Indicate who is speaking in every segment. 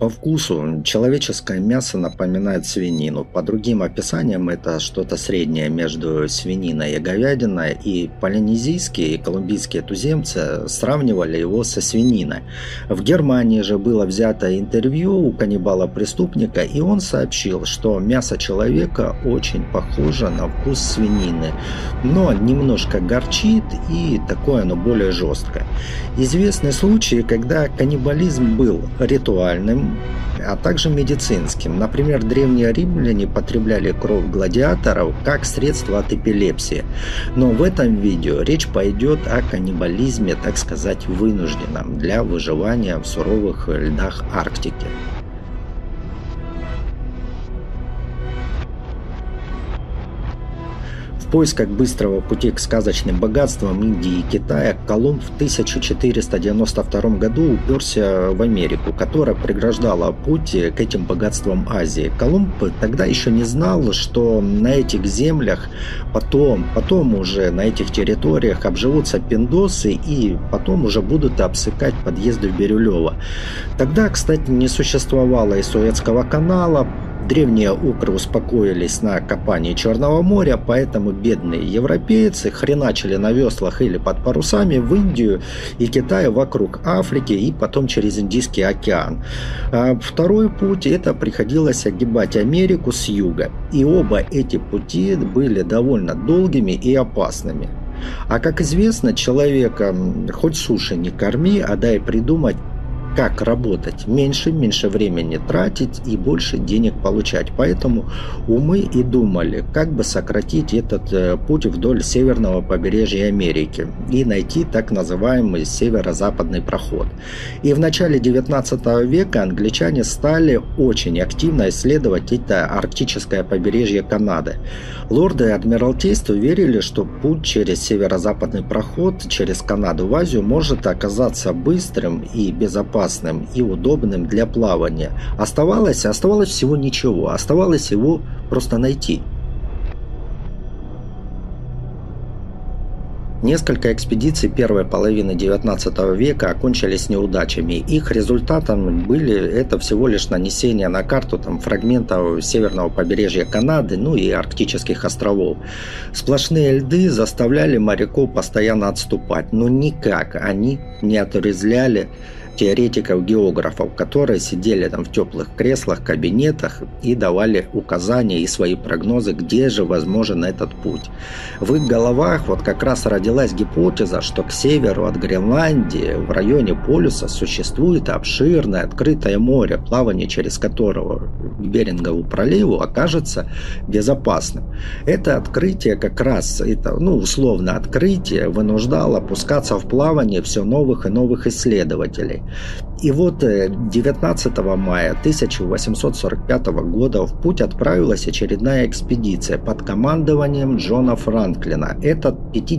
Speaker 1: По вкусу человеческое мясо напоминает свинину. По другим описаниям это что-то среднее между свининой и говядиной. И полинезийские и колумбийские туземцы сравнивали его со свининой. В Германии же было взято интервью у каннибала-преступника, и он сообщил, что мясо человека очень похоже на вкус свинины, но немножко горчит, и такое оно более жесткое. Известны случаи, когда каннибализм был ритуальным, а также медицинским. Например, древние римляне потребляли кровь гладиаторов как средство от эпилепсии. Но в этом видео речь пойдет о каннибализме, так сказать, вынужденном для выживания в суровых льдах Арктики. В поисках быстрого пути к сказочным богатствам Индии и Китая Колумб в 1492 году уперся в Америку, которая преграждала путь к этим богатствам Азии. Колумб тогда еще не знал, что на этих землях потом уже на этих территориях обживутся пиндосы и потом уже будут обсыкать подъезды в Бирюлево. Тогда, кстати, не существовало и Суэцкого канала. Древние укры успокоились на копании Черного моря, поэтому бедные европейцы хреначили на веслах или под парусами в Индию и Китай вокруг Африки и потом через Индийский океан. А второй путь — это приходилось огибать Америку с юга. И оба эти пути были довольно долгими и опасными. А как известно, человека хоть суши не корми, а дай придумать, как работать, меньше времени тратить и больше денег получать. Поэтому умы и думали, как бы сократить этот путь вдоль северного побережья Америки и найти так называемый северо-западный проход. И в начале 19 века англичане стали очень активно исследовать это арктическое побережье Канады. Лорды Адмиралтейства верили, что путь через северо-западный проход через Канаду в Азию может оказаться быстрым и безопасным и удобным для плавания. Оставалось всего ничего, оставалось его просто найти. Несколько экспедиций первой половины XIX века окончились неудачами. Их результатом были это всего лишь нанесение на карту фрагментов северного побережья Канады, и арктических островов. Сплошные льды заставляли моряков постоянно отступать, но никак они не отрезвляли теоретиков-географов, которые сидели в теплых креслах, кабинетах и давали указания и свои прогнозы, где же возможен этот путь. В их головах как раз родилась гипотеза, что к северу от Гренландии, в районе полюса, существует обширное открытое море, плавание через которого к Берингову проливу окажется безопасным. Это открытие как раз, условно открытие, вынуждало опускаться в плавание все новых и новых исследователей. И 19 мая 1845 года в путь отправилась очередная экспедиция под командованием Джона Франклина. Этот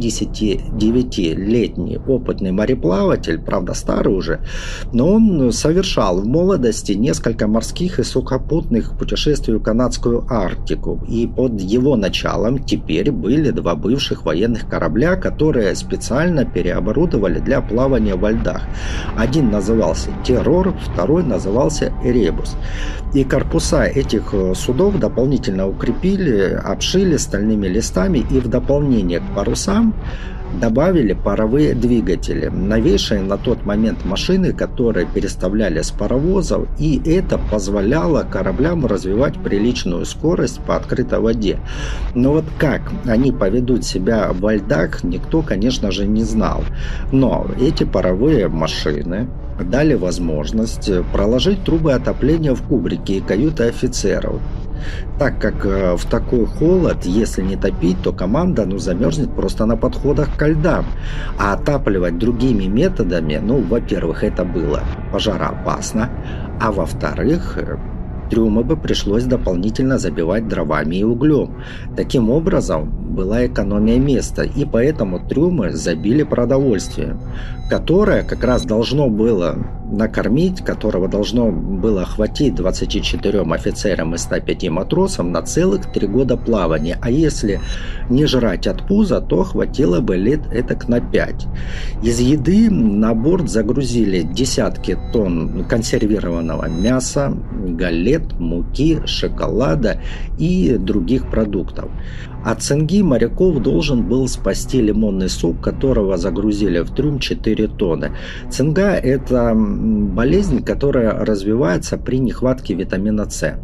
Speaker 1: 59-летний опытный мореплаватель, правда старый уже, но он совершал в молодости несколько морских и сухопутных путешествий в канадскую Арктику. И под его началом теперь были два бывших военных корабля, которые специально переоборудовали для плавания во льдах. Один назывался «Террор», второй назывался «Эребус». И корпуса этих судов дополнительно укрепили, обшили стальными листами и в дополнение к парусам добавили паровые двигатели, новейшие на тот момент машины, которые переставляли с паровозов, и это позволяло кораблям развивать приличную скорость по открытой воде. Но как они поведут себя во льдах, никто, конечно же, не знал. Но эти паровые машины дали возможность проложить трубы отопления в кубрике и каюты офицеров. Так как в такой холод, если не топить, то команда замерзнет просто на подходах ко льдам. А отапливать другими методами, во-первых, это было пожароопасно, а во-вторых, трюмы бы пришлось дополнительно забивать дровами и углем. Таким образом, была экономия места, и поэтому трюмы забили продовольствием, которое как раз должно было накормить, которого должно было хватить 24 офицерам и 105 матросам на целых 3 года плавания. А если не жрать от пуза, то хватило бы лет этак на 5. Из еды на борт загрузили десятки тонн консервированного мяса, галет, муки, шоколада и других продуктов. От цинги моряков должен был спасти лимонный сок, которого загрузили в трюм 4 тонны. Цинга – это болезнь, которая развивается при нехватке витамина С.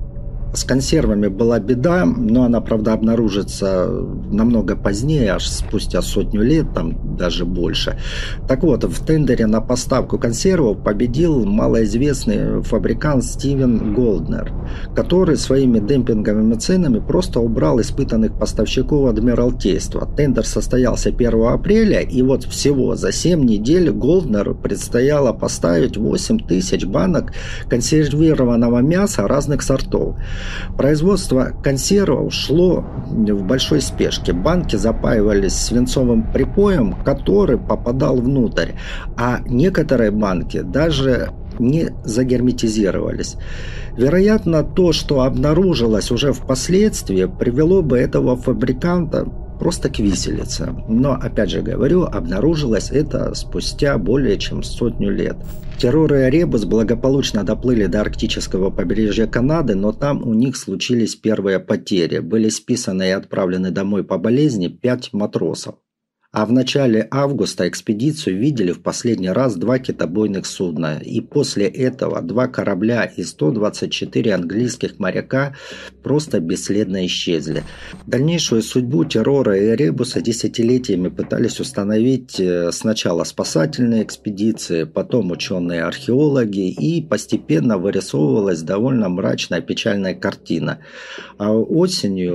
Speaker 1: С консервами была беда, но она, правда, обнаружится намного позднее, аж спустя 100 лет, там даже больше. Так вот, в тендере на поставку консервов победил малоизвестный фабрикант Стивен Голднер, который своими демпинговыми ценами просто убрал испытанных поставщиков Адмиралтейства. Тендер состоялся 1 апреля, и вот всего за 7 недель Голднеру предстояло поставить 8 тысяч банок консервированного мяса разных сортов. Производство консервов шло в большой спешке. Банки запаивались свинцовым припоем, который попадал внутрь, а некоторые банки даже не загерметизировались. Вероятно, то, что обнаружилось уже впоследствии, привело бы этого фабриканта просто к виселице. Но, опять же говорю, обнаружилось это спустя более чем 100 лет. Террор и Эребус благополучно доплыли до арктического побережья Канады, но там у них случились первые потери. Были списаны и отправлены домой по болезни 5 матросов. А в начале августа экспедицию видели в последний раз 2 китобойных судна, и после этого 2 корабля и 124 английских моряка просто бесследно исчезли. Дальнейшую судьбу Террора и Эребуса десятилетиями пытались установить сначала спасательные экспедиции, потом ученые-археологи, и постепенно вырисовывалась довольно мрачная печальная картина. А осенью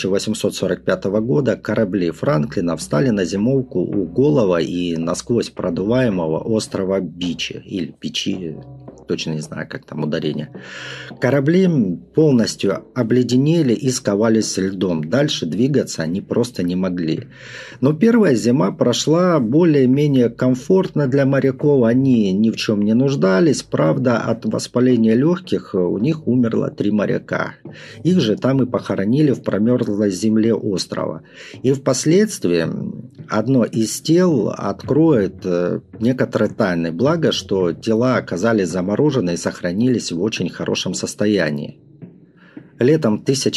Speaker 1: 1845 года корабли Франклина встали на зимовку у голого и насквозь продуваемого острова Бичи, или Пичи, точно не знаю, как там ударение. Корабли полностью обледенели и сковались льдом. Дальше двигаться они просто не могли. Но первая зима прошла более-менее комфортно для моряков. Они ни в чем не нуждались. Правда, от воспаления легких у них умерло 3 моряка. Их же там и похоронили в промерзлой земле острова. И впоследствии одно из тел откроет некоторые тайны. Благо, что тела оказались заморожены и сохранились в очень хорошем состоянии. Летом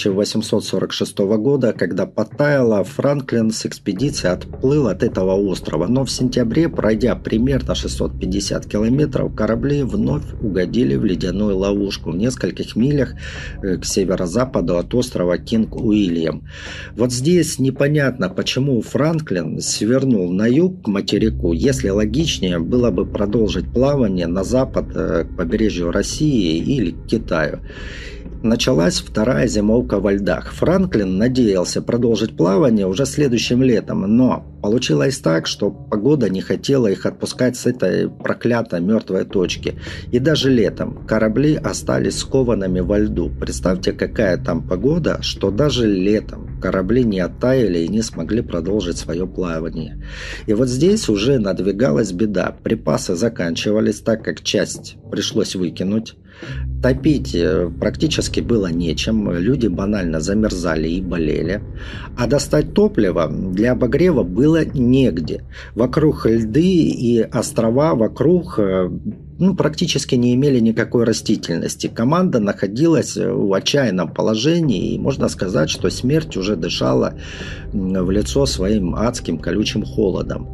Speaker 1: 1846 года, когда подтаяло, Франклин с экспедицией отплыл от этого острова, но в сентябре, пройдя примерно 650 километров, корабли вновь угодили в ледяную ловушку в нескольких милях к северо-западу от острова Кинг-Уильям. Вот здесь непонятно, почему Франклин свернул на юг к материку, если логичнее было бы продолжить плавание на запад к побережью России или к Китаю. Началась вторая зимовка во льдах. Франклин надеялся продолжить плавание уже следующим летом, но получилось так, что погода не хотела их отпускать с этой проклятой мертвой точки. И даже летом корабли остались скованными во льду. Представьте, какая там погода, что даже летом корабли не оттаяли и не смогли продолжить свое плавание. И вот здесь уже надвигалась беда. Припасы заканчивались, так как часть пришлось выкинуть. Топить практически было нечем, люди банально замерзали и болели, а достать топливо для обогрева было негде. Вокруг льды и острова вокруг практически не имели никакой растительности. Команда находилась в отчаянном положении, и можно сказать, что смерть уже дышала в лицо своим адским колючим холодом.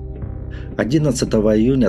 Speaker 1: 11 июня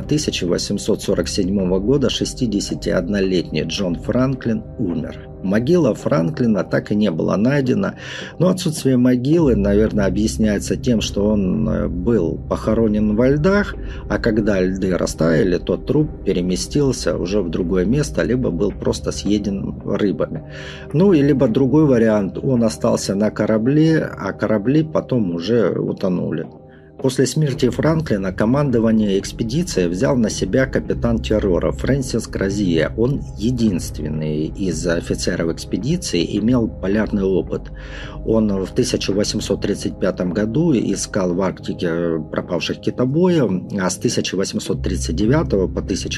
Speaker 1: 1847 года 61-летний Джон Франклин умер. Могила Франклина так и не была найдена, но отсутствие могилы, наверное, объясняется тем, что он был похоронен во льдах, а когда льды растаяли, то труп переместился уже в другое место, либо был просто съеден рыбами. Ну и либо другой вариант, он остался на корабле, а корабли потом уже утонули. После смерти Франклина командование экспедиции взял на себя капитан террора Фрэнсис Кразье. Он единственный из офицеров экспедиции имел полярный опыт. Он в 1835 году искал в Арктике пропавших китобоев, а с 1839 по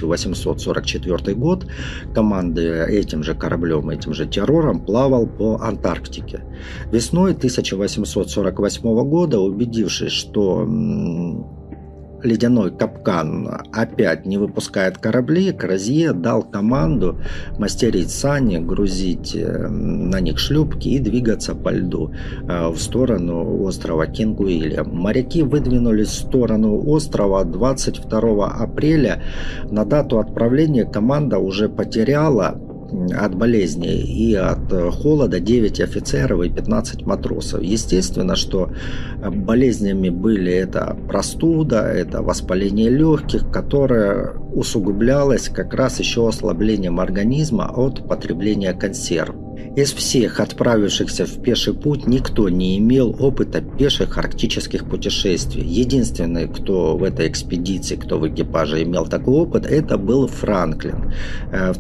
Speaker 1: 1844 год, командуя этим же кораблем, этим же террором, плавал по Антарктике. Весной 1848 года, убедившись, что ледяной капкан опять не выпускает корабли, Кразье дал команду мастерить сани, грузить на них шлюпки и двигаться по льду в сторону острова Кингуиле. Моряки выдвинулись в сторону острова 22 апреля. На дату отправления команда уже потеряла от болезни и от холода 9 офицеров и 15 матросов. Естественно, что болезнями были это простуда, это воспаление легких, которое усугублялось как раз еще ослаблением организма от потребления консерв. Из всех отправившихся в пеший путь никто не имел опыта пеших арктических путешествий. Единственный, кто в этой экспедиции, кто в экипаже имел такой опыт, это был Франклин. В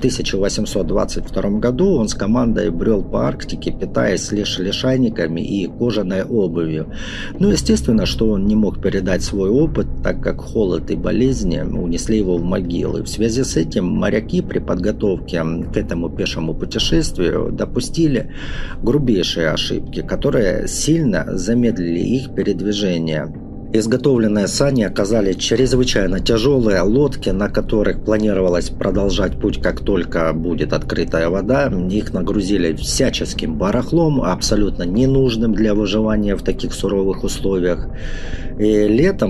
Speaker 1: 1822 году он с командой брел по Арктике, питаясь лишь лишайниками и кожаной обувью. Но естественно, что он не мог передать свой опыт, так как холод и болезни унесли его в могилы. В связи с этим моряки при подготовке к этому пешему путешествию допустили грубейшие ошибки, которые сильно замедлили их передвижение. Изготовленные сани оказались чрезвычайно тяжелые, лодки, на которых планировалось продолжать путь, как только будет открытая вода, их нагрузили всяческим барахлом, абсолютно ненужным для выживания в таких суровых условиях. И летом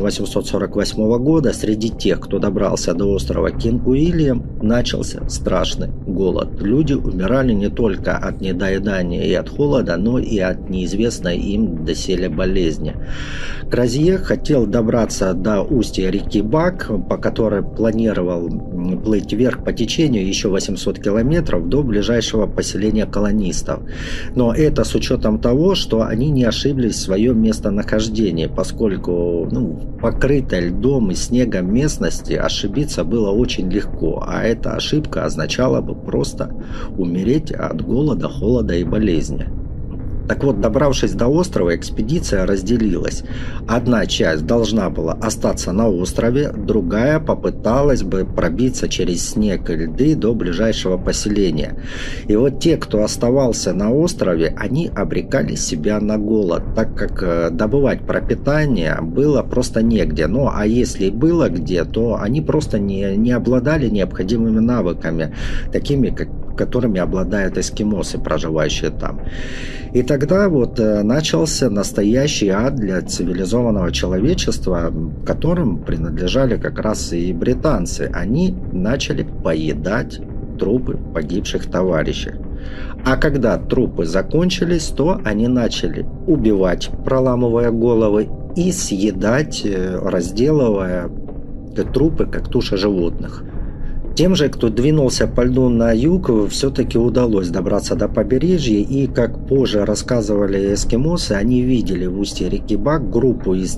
Speaker 1: 1848 года среди тех, кто добрался до острова Кингуиле, начался страшный голод. Люди умирали не только от недоедания и от холода, но и от неизвестной им доселе болезни. Кразье хотел добраться до устья реки Бак, по которой планировал плыть вверх по течению еще 800 километров до ближайшего поселения колонистов. Но это с учетом того, что они не ошиблись в своем местонахождении, поскольку покрытой льдом и снегом местности ошибиться было очень легко, а эта ошибка означала бы просто умереть от голода, холода и болезни. Так вот, добравшись до острова, экспедиция разделилась. Одна часть должна была остаться на острове, другая попыталась бы пробиться через снег и льды до ближайшего поселения. И вот те, кто оставался на острове, они обрекали себя на голод, так как добывать пропитание было просто негде. Ну, а если и было где, то они просто не обладали необходимыми навыками, такими, которыми обладают эскимосы, проживающие там. И тогда вот начался настоящий ад для цивилизованного человечества, которым принадлежали как раз и британцы. Они начали поедать трупы погибших товарищей. А когда трупы закончились, то они начали убивать, проламывая головы, и съедать, разделывая трупы, как туши животных. Тем же, кто двинулся по льду на юг, все-таки удалось добраться до побережья, и, как позже рассказывали эскимосы, они видели в устье реки Бак группу из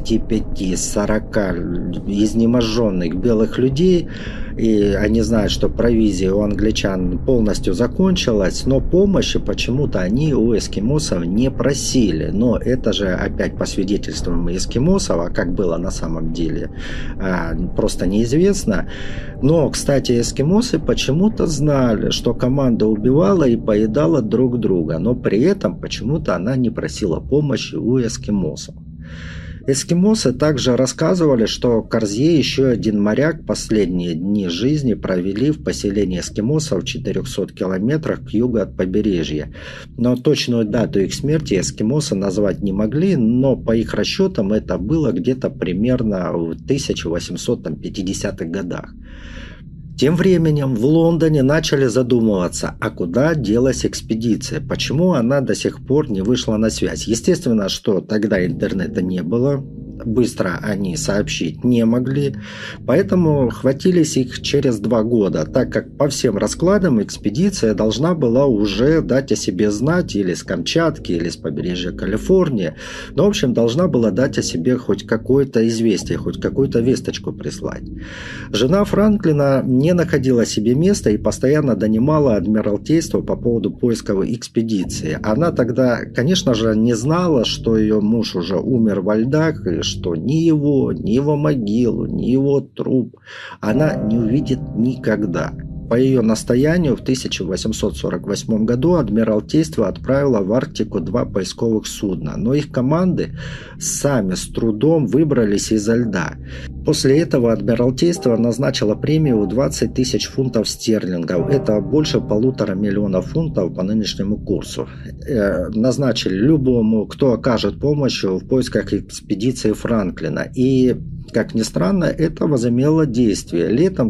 Speaker 1: 35-40 изнеможенных белых людей, и они знают, что провизия у англичан полностью закончилась, но помощи почему-то они у эскимосов не просили. Но это же опять по свидетельствам эскимосов, а как было на самом деле, просто неизвестно. Но, кстати, эскимосы почему-то знали, что команда убивала и поедала друг друга, но при этом почему-то она не просила помощи у эскимосов. Эскимосы также рассказывали, что Кразье и еще один моряк последние дни жизни провели в поселении эскимосов в 400 километрах к югу от побережья. Но точную дату их смерти эскимосы назвать не могли, но по их расчетам это было где-то примерно в 1850-х годах. Тем временем в Лондоне начали задумываться, а куда делась экспедиция, почему она до сих пор не вышла на связь. Естественно, что тогда интернета не было, быстро они сообщить не могли, поэтому хватились их через 2 года, так как по всем раскладам экспедиция должна была уже дать о себе знать или с Камчатки, или с побережья Калифорнии, но, в общем, должна была дать о себе хоть какое-то известие, хоть какую-то весточку прислать. Жена Франклина не находила себе места и постоянно донимала Адмиралтейство по поводу поисков экспедиции. Она тогда, конечно же, не знала, что ее муж уже умер во льдах, и что ни его могилу, ни его труп она не увидит никогда. По ее настоянию в 1848 году Адмиралтейство отправило в Арктику 2 поисковых судна, но их команды сами с трудом выбрались из-за льда. После этого Адмиралтейство назначило премию в 20 тысяч фунтов стерлингов, это больше 1,5 миллиона фунтов по нынешнему курсу. Назначили любому, кто окажет помощь в поисках экспедиции Франклина. И, как ни странно, это возымело действие. Летом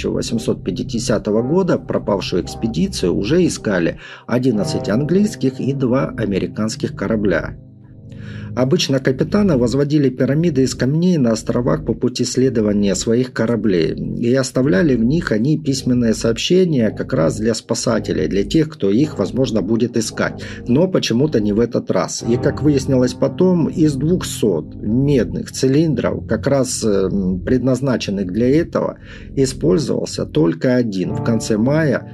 Speaker 1: 1850 года пропавшую экспедицию уже искали 11 английских и 2 американских корабля. Обычно капитаны возводили пирамиды из камней на островах по пути следования своих кораблей и оставляли в них они письменные сообщения как раз для спасателей, для тех, кто их, возможно, будет искать. Но почему-то не в этот раз. И, как выяснилось потом, из 200 медных цилиндров, как раз предназначенных для этого, использовался только один в конце мая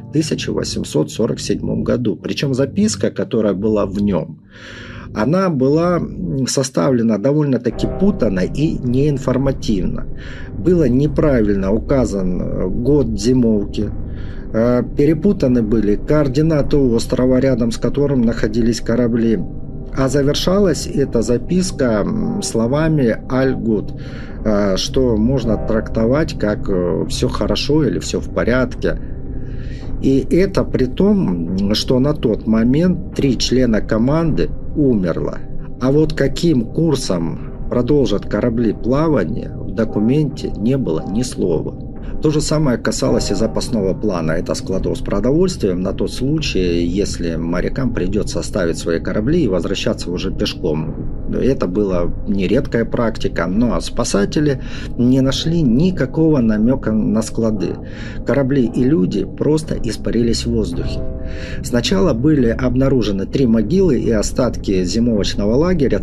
Speaker 1: 1847 году. Причем записка, которая была в нем, она была составлена довольно-таки путанно и неинформативно. Было неправильно указан год зимовки, перепутаны были координаты острова, рядом с которым находились корабли. А завершалась эта записка словами «Аль гуд», что можно трактовать как «все хорошо» или «все в порядке». И это при том, что на тот момент 3 члена команды умерло. А вот каким курсом продолжат корабли плавание, в документе не было ни слова. То же самое касалось и запасного плана. Это складов с продовольствием на тот случай, если морякам придется оставить свои корабли и возвращаться уже пешком. Это была нередкая практика, но спасатели не нашли никакого намека на склады. Корабли и люди просто испарились в воздухе. Сначала были обнаружены 3 могилы и остатки зимовочного лагеря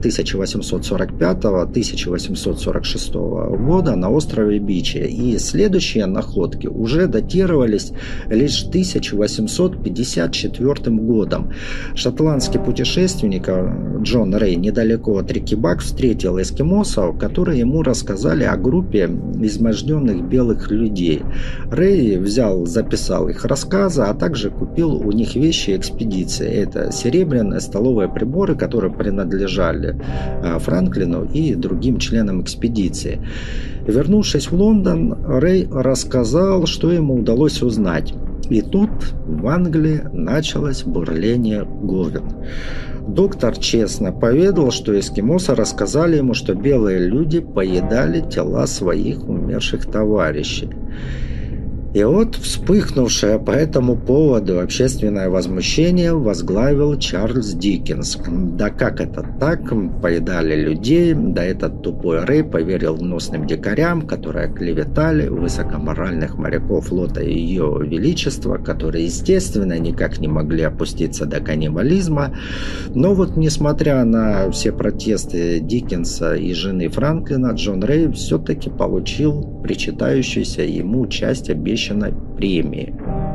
Speaker 1: 1845-1846 года на острове Бичи. И следующие находки уже датировались лишь 1854 годом. Шотландский путешественник Джон Рэй недалеко от реки Бак встретил эскимосов, которые ему рассказали о группе изможденных белых людей. Рэй записал их рассказы, а также купил у них вещи экспедиции. Это серебряные столовые приборы, которые принадлежали Франклину и другим членам экспедиции. Вернувшись в Лондон, Рэй рассказал, что ему удалось узнать. И тут в Англии началось бурление говен. Доктор честно поведал, что эскимосы рассказали ему, что белые люди поедали тела своих умерших товарищей. И вот вспыхнувшее по этому поводу общественное возмущение возглавил Чарльз Диккенс. Да как это так? Поедали людей. Да этот тупой Рэй поверил гнусным дикарям, которые клеветали высокоморальных моряков флота Ее Величества, которые, естественно, никак не могли опуститься до каннибализма. Но вот, несмотря на все протесты Диккенса и жены Франклина, Джон Рэй все-таки получил причитающуюся ему часть обещанной премии.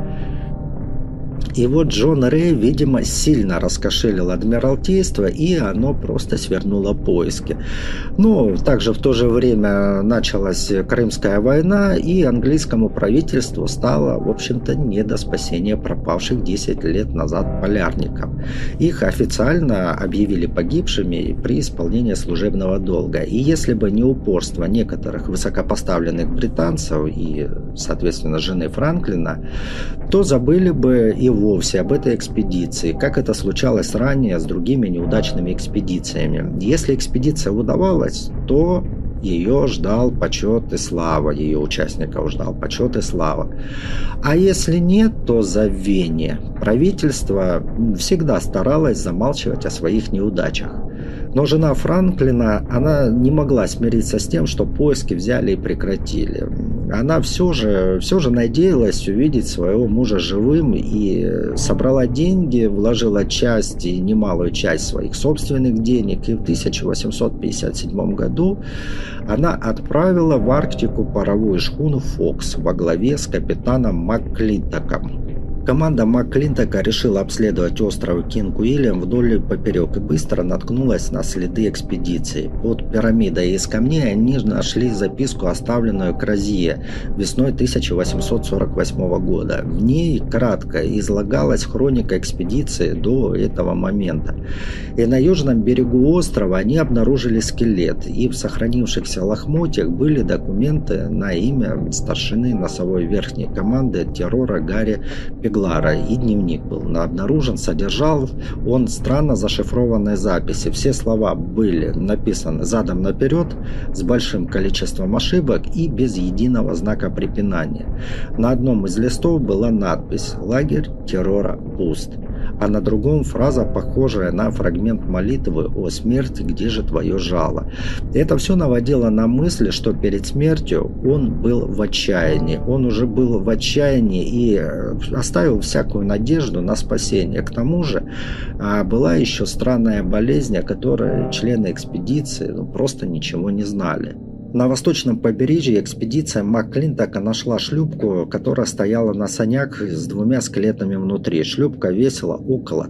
Speaker 1: И вот Джон Рэй, видимо, сильно раскошелил Адмиралтейство, и оно просто свернуло поиски. Но также в то же время началась Крымская война, и английскому правительству стало, в общем-то, не до спасения пропавших 10 лет назад полярников. Их официально объявили погибшими при исполнении служебного долга. И если бы не упорство некоторых высокопоставленных британцев и, соответственно, жены Франклина, то забыли бы и вовсе об этой экспедиции, как это случалось ранее с другими неудачными экспедициями. Если экспедиция удавалась, то ее ждал почет и слава, ее участников ждал почет и слава. А если нет, то забвение. Правительство всегда старалось замалчивать о своих неудачах. Но жена Франклина, она не могла смириться с тем, что поиски взяли и прекратили. Она все же надеялась увидеть своего мужа живым и собрала деньги, вложила часть и немалую часть своих собственных денег. И в 1857 году она отправила в Арктику паровую шхуну «Фокс» во главе с капитаном МакКлинтоком. Команда МакКлинтока решила обследовать остров Кинг-Уильям вдоль и поперек и быстро наткнулась на следы экспедиции. Под пирамидой из камней они нашли записку, оставленную Кразье весной 1848 года. В ней кратко излагалась хроника экспедиции до этого момента. И на южном берегу острова они обнаружили скелет, и в сохранившихся лохмотьях были документы на имя старшины носовой верхней команды террора Гарри Пеглара, и дневник был обнаружен. Содержал он странно зашифрованные записи. Все слова были написаны задом наперед, с большим количеством ошибок и без единого знака препинания. На одном из листов была надпись «Лагерь террора пуст», а на другом фраза, похожая на фрагмент молитвы «О смерти, где же твое жало?». Это все наводило на мысли, что перед смертью он был в отчаянии. Он уже был в отчаянии и оставил всякую надежду на спасение. К тому же была еще странная болезнь, о которой члены экспедиции просто ничего не знали. На восточном побережье экспедиция МакКлинтока нашла шлюпку, которая стояла на санях с двумя скелетами внутри. Шлюпка весила около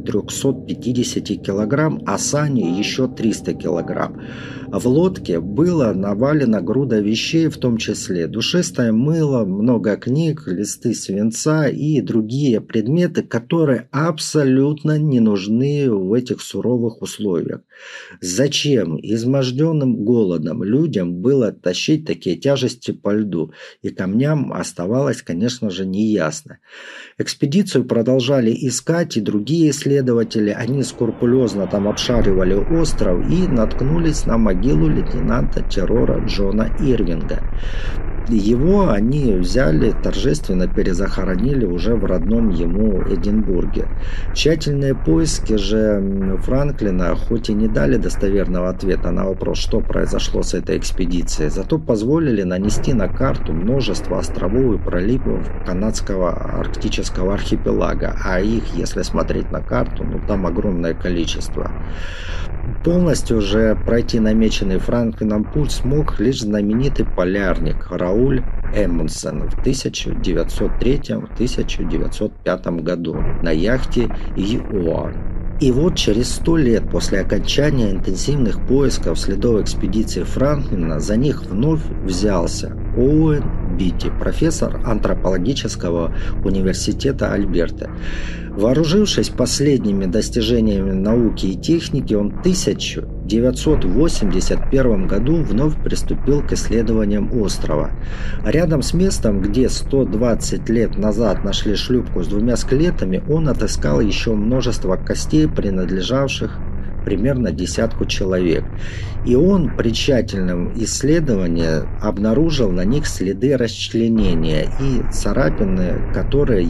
Speaker 1: 350 килограмм, а сани еще 300 килограмм. В лодке было навалено груда вещей, в том числе душистое мыло, много книг, листы свинца и другие предметы, которые абсолютно не нужны в этих суровых условиях. Зачем изможденным голодом людям было тащить такие тяжести по льду и камням, оставалось, конечно же, неясно. Экспедицию продолжали искать и другие исследователи. Они скрупулезно там обшаривали остров и наткнулись на могилу лейтенанта террора Джона Ирвинга. Его они взяли, торжественно перезахоронили уже в родном ему Эдинбурге. Тщательные поиски же Франклина хоть и не дали достоверного ответа на вопрос, что произошло с этой экспедицией, зато позволили нанести на карту множество островов и проливов канадского арктического архипелага, а их, если смотреть на карту, там огромное количество. Полностью же пройти намеченный Франклином путь смог лишь знаменитый полярник Рауль Эмундсен в 1903-1905 году на яхте Иоа. И вот через 100 лет после окончания интенсивных поисков следов экспедиции Франклина за них вновь взялся Оуэн Битти, профессор антропологического университета Альберты. Вооружившись последними достижениями науки и техники, он в 1981 году вновь приступил к исследованиям острова. Рядом с местом, где 120 лет назад нашли шлюпку с двумя скелетами, он отыскал еще множество костей, принадлежавших примерно десятку человек. И он при тщательном исследовании обнаружил на них следы расчленения и царапины, которые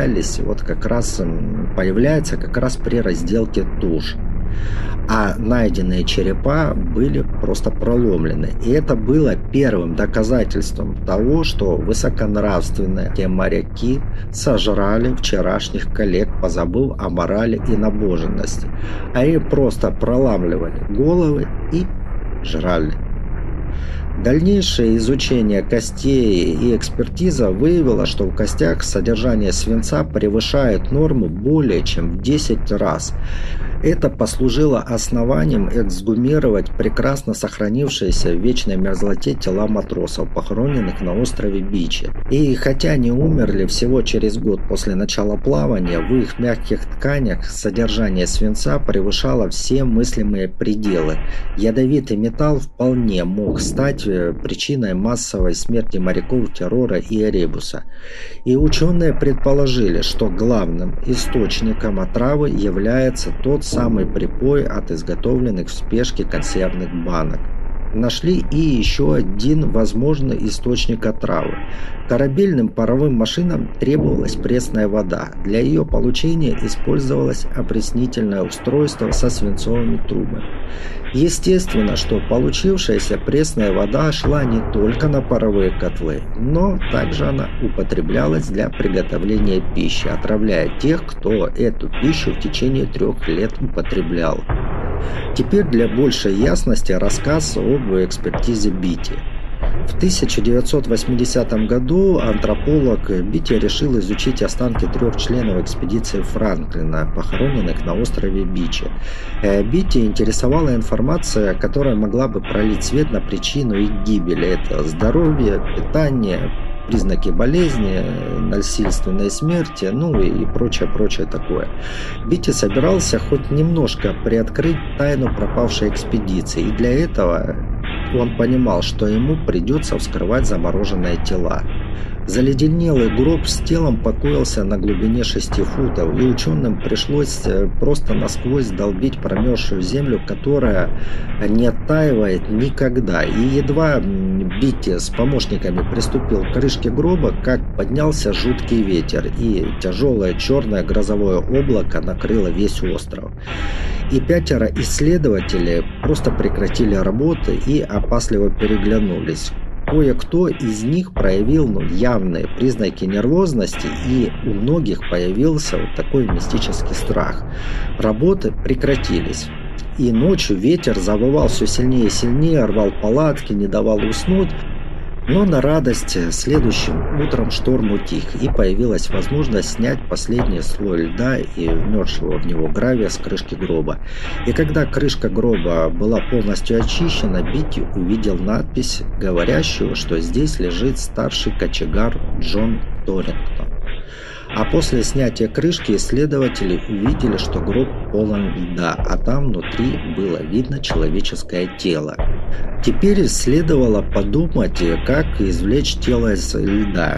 Speaker 1: появляются как раз при разделке туш. А найденные черепа были просто проломлены. И это было первым доказательством того, что высоконравственные моряки сожрали вчерашних коллег, позабыв о морали и набоженности. Они просто проламливали головы и жрали. Дальнейшее изучение костей и экспертиза выявило, что в костях содержание свинца превышает норму более чем в 10 раз. Это послужило основанием эксгумировать прекрасно сохранившиеся в вечной мерзлоте тела матросов, похороненных на острове Бичи. И хотя они умерли всего через год после начала плавания, в их мягких тканях содержание свинца превышало все мыслимые пределы. Ядовитый металл вполне мог стать причиной массовой смерти моряков террора и Эребуса. И ученые предположили, что главным источником отравы является тот самый припой от изготовленных в спешке консервных банок. нашли и еще один возможный источник отравы. Корабельным паровым машинам требовалась пресная вода. Для ее получения использовалось опреснительное устройство со свинцовыми трубами. Естественно, что получившаяся пресная вода шла не только на паровые котлы, но также она употреблялась для приготовления пищи, отравляя тех, кто эту пищу в течение 3 лет употреблял. Теперь для большей ясности рассказ об экспертизе Битти. В 1980 году антрополог Битти решил изучить останки 3 членов экспедиции Франклина, похороненных на острове Бичи. Битти интересовала информация, которая могла бы пролить свет на причину их гибели. Это здоровье, питание, признаки болезни, насильственной смерти, ну и прочее такое. Битти собирался хоть немножко приоткрыть тайну пропавшей экспедиции, и для этого он понимал, что ему придется вскрывать замороженные тела. Заледенелый гроб с телом покоился на глубине 6 футов, и ученым пришлось просто насквозь долбить промерзшую землю, которая не оттаивает никогда. И едва Битти с помощниками приступил к крышке гроба, как поднялся жуткий ветер, и тяжелое черное грозовое облако накрыло весь остров. И 5 исследователей просто прекратили работы и опасливо переглянулись. Кое-кто из них проявил явные признаки нервозности, и у многих появился вот такой мистический страх. Работы прекратились. И ночью ветер завывал все сильнее и сильнее, рвал палатки, не давал уснуть. Но на радость следующим утром шторм утих, и появилась возможность снять последний слой льда и вмерзшего в него гравия с крышки гроба. И когда крышка гроба была полностью очищена, Битти увидел надпись, говорящую, что здесь лежит старший кочегар Джон Торрингтон. А после снятия крышки исследователи увидели, что гроб полон льда, а там внутри было видно человеческое тело. Теперь следовало подумать, как извлечь тело из льда.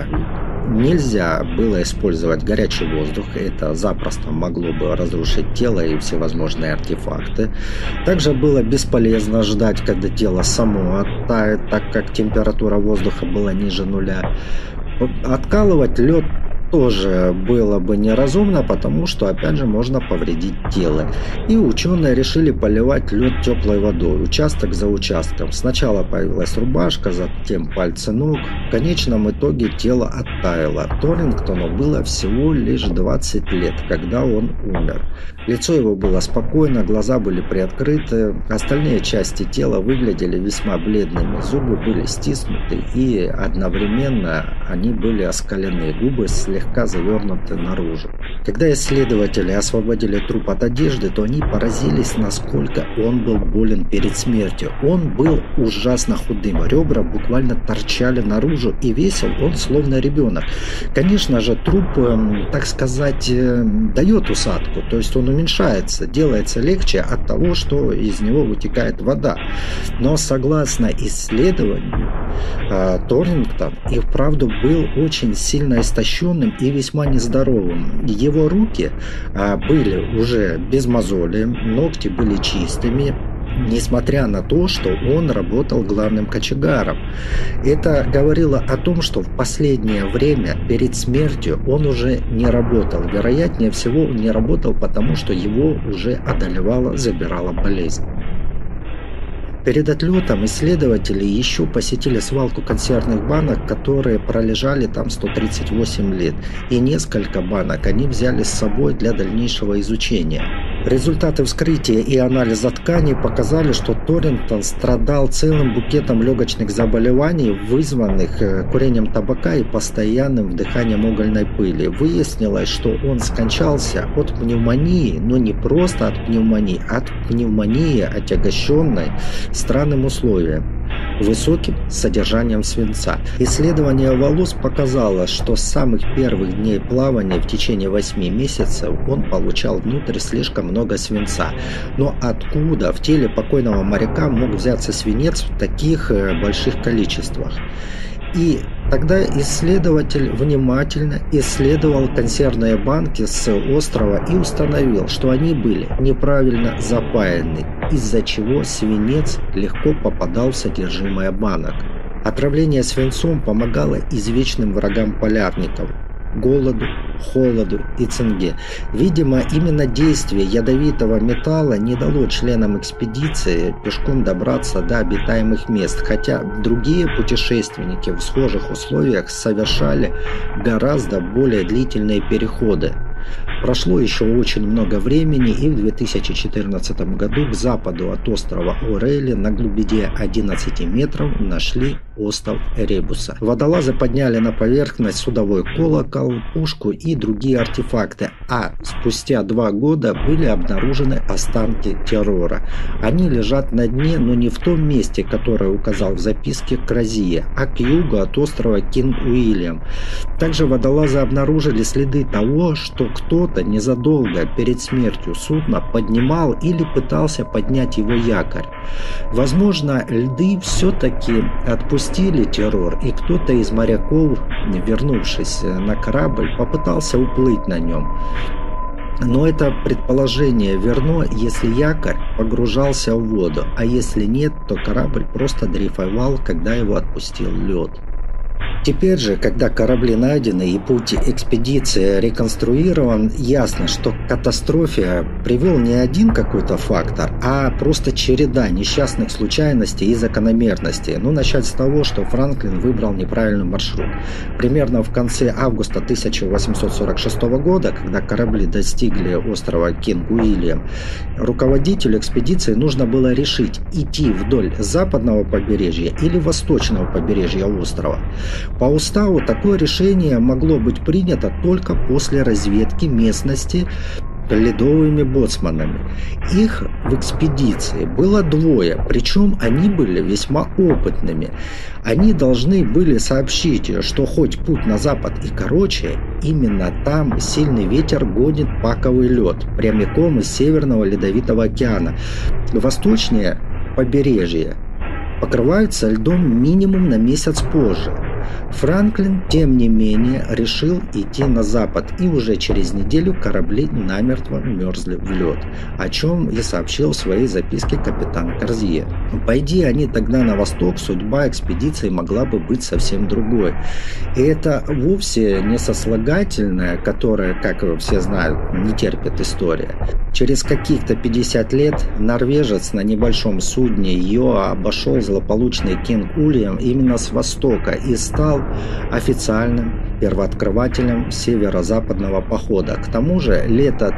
Speaker 1: Нельзя было использовать горячий воздух, это запросто могло бы разрушить тело и всевозможные артефакты. Также было бесполезно ждать, когда тело само оттает, так как температура воздуха была ниже 0. Откалывать лед тоже было бы неразумно, потому что, опять же, можно повредить тело. И ученые решили поливать лед теплой водой, участок за участком. Сначала появилась рубашка, затем пальцы ног. В конечном итоге тело оттаяло. Торрингтону было всего лишь 20 лет, когда он умер. Лицо его было спокойно, глаза были приоткрыты, остальные части тела выглядели весьма бледными, зубы были стиснуты и одновременно они были оскалены, губы слегка завернуты наружу. Когда исследователи освободили труп от одежды, то они поразились, насколько он был болен перед смертью. Он был ужасно худым, ребра буквально торчали наружу, и весил он словно ребенок. Конечно же, труп, так сказать, дает усадку, то есть он уменьшается, делается легче от того, что из него вытекает вода. Но согласно исследованию, Торрингтон и вправду был очень сильно истощенным и весьма нездоровым. Его руки были уже без мозолей, ногти были чистыми, несмотря на то, что он работал главным кочегаром. Это говорило о том, что в последнее время перед смертью он уже не работал. Вероятнее всего, он не работал, потому что его уже забирала болезнь. Перед отлетом исследователи еще посетили свалку консервных банок, которые пролежали там 138 лет, и несколько банок они взяли с собой для дальнейшего изучения. Результаты вскрытия и анализа тканей показали, что Торрингтон страдал целым букетом легочных заболеваний, вызванных курением табака и постоянным вдыханием угольной пыли. Выяснилось, что он скончался от пневмонии, но не просто от пневмонии, а от пневмонии, отягощенной странным условием – высоким содержанием свинца. Исследование волос показало, что с самых первых дней плавания в течение 8 месяцев он получал внутрь слишком много свинца. Но откуда в теле покойного моряка мог взяться свинец в таких больших количествах? И Тогда исследователь внимательно исследовал консервные банки с острова и установил, что они были неправильно запаяны, из-за чего свинец легко попадал в содержимое банок. Отравление свинцом помогало извечным врагам полярников – голоду, холоду и цинге. Видимо, именно действие ядовитого металла не дало членам экспедиции пешком добраться до обитаемых мест, хотя другие путешественники в схожих условиях совершали гораздо более длительные переходы. Прошло еще очень много времени, и в 2014 году к западу от острова Орели на глубине 11 метров нашли остров Эребуса. Водолазы подняли на поверхность судовой колокол, пушку и другие артефакты, а спустя 2 года были обнаружены останки террора. Они лежат на дне, но не в том месте, которое указал в записке Кразия, а к югу от острова Кинг-Уильям. Также водолазы обнаружили следы того, что кто-то незадолго перед смертью судна поднимал или пытался поднять его якорь. Возможно, льды все-таки отпустили террор, и кто-то из моряков, вернувшись на корабль, попытался уплыть на нем. Но это предположение верно, если якорь погружался в воду, а если нет, то корабль просто дрейфовал, когда его отпустил лед. Теперь же, когда корабли найдены и путь экспедиции реконструирован, ясно, что к катастрофе привел не один какой-то фактор, а просто череда несчастных случайностей и закономерностей. Начать с того, что Франклин выбрал неправильный маршрут. Примерно в конце августа 1846 года, когда корабли достигли острова Кинг-Уильям, руководителю экспедиции нужно было решить, идти вдоль западного побережья или восточного побережья острова. По уставу такое решение могло быть принято только после разведки местности ледовыми боцманами. Их в экспедиции было 2, причем они были весьма опытными. Они должны были сообщить, что хоть путь на запад и короче, именно там сильный ветер гонит паковый лед прямиком из Северного Ледовитого океана. Восточнее побережье покрываются льдом минимум на месяц позже. Франклин, тем не менее, решил идти на запад, и уже через неделю корабли намертво мерзли в лед, о чем и сообщил в своей записке капитан Корзье. Пойди они тогда на восток, судьба экспедиции могла бы быть совсем другой. И это вовсе не сослагательное, которое, как все знают, не терпит история. Через каких-то 50 лет норвежец на небольшом судне Йоа обошел злополучный Кинг-Уильям именно с востока и стал официальным первооткрывателем северо-западного похода. К тому же лето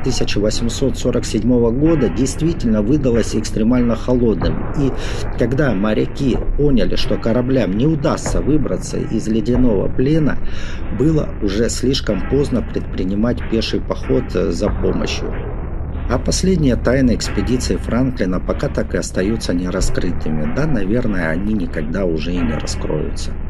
Speaker 1: 1847 года действительно выдалось экстремально холодным, и когда моряки поняли, что кораблям не удастся выбраться из ледяного плена, было уже слишком поздно предпринимать пеший поход за помощью. А последние тайны экспедиции Франклина пока так и остаются нераскрытыми. Да, наверное, они никогда уже и не раскроются.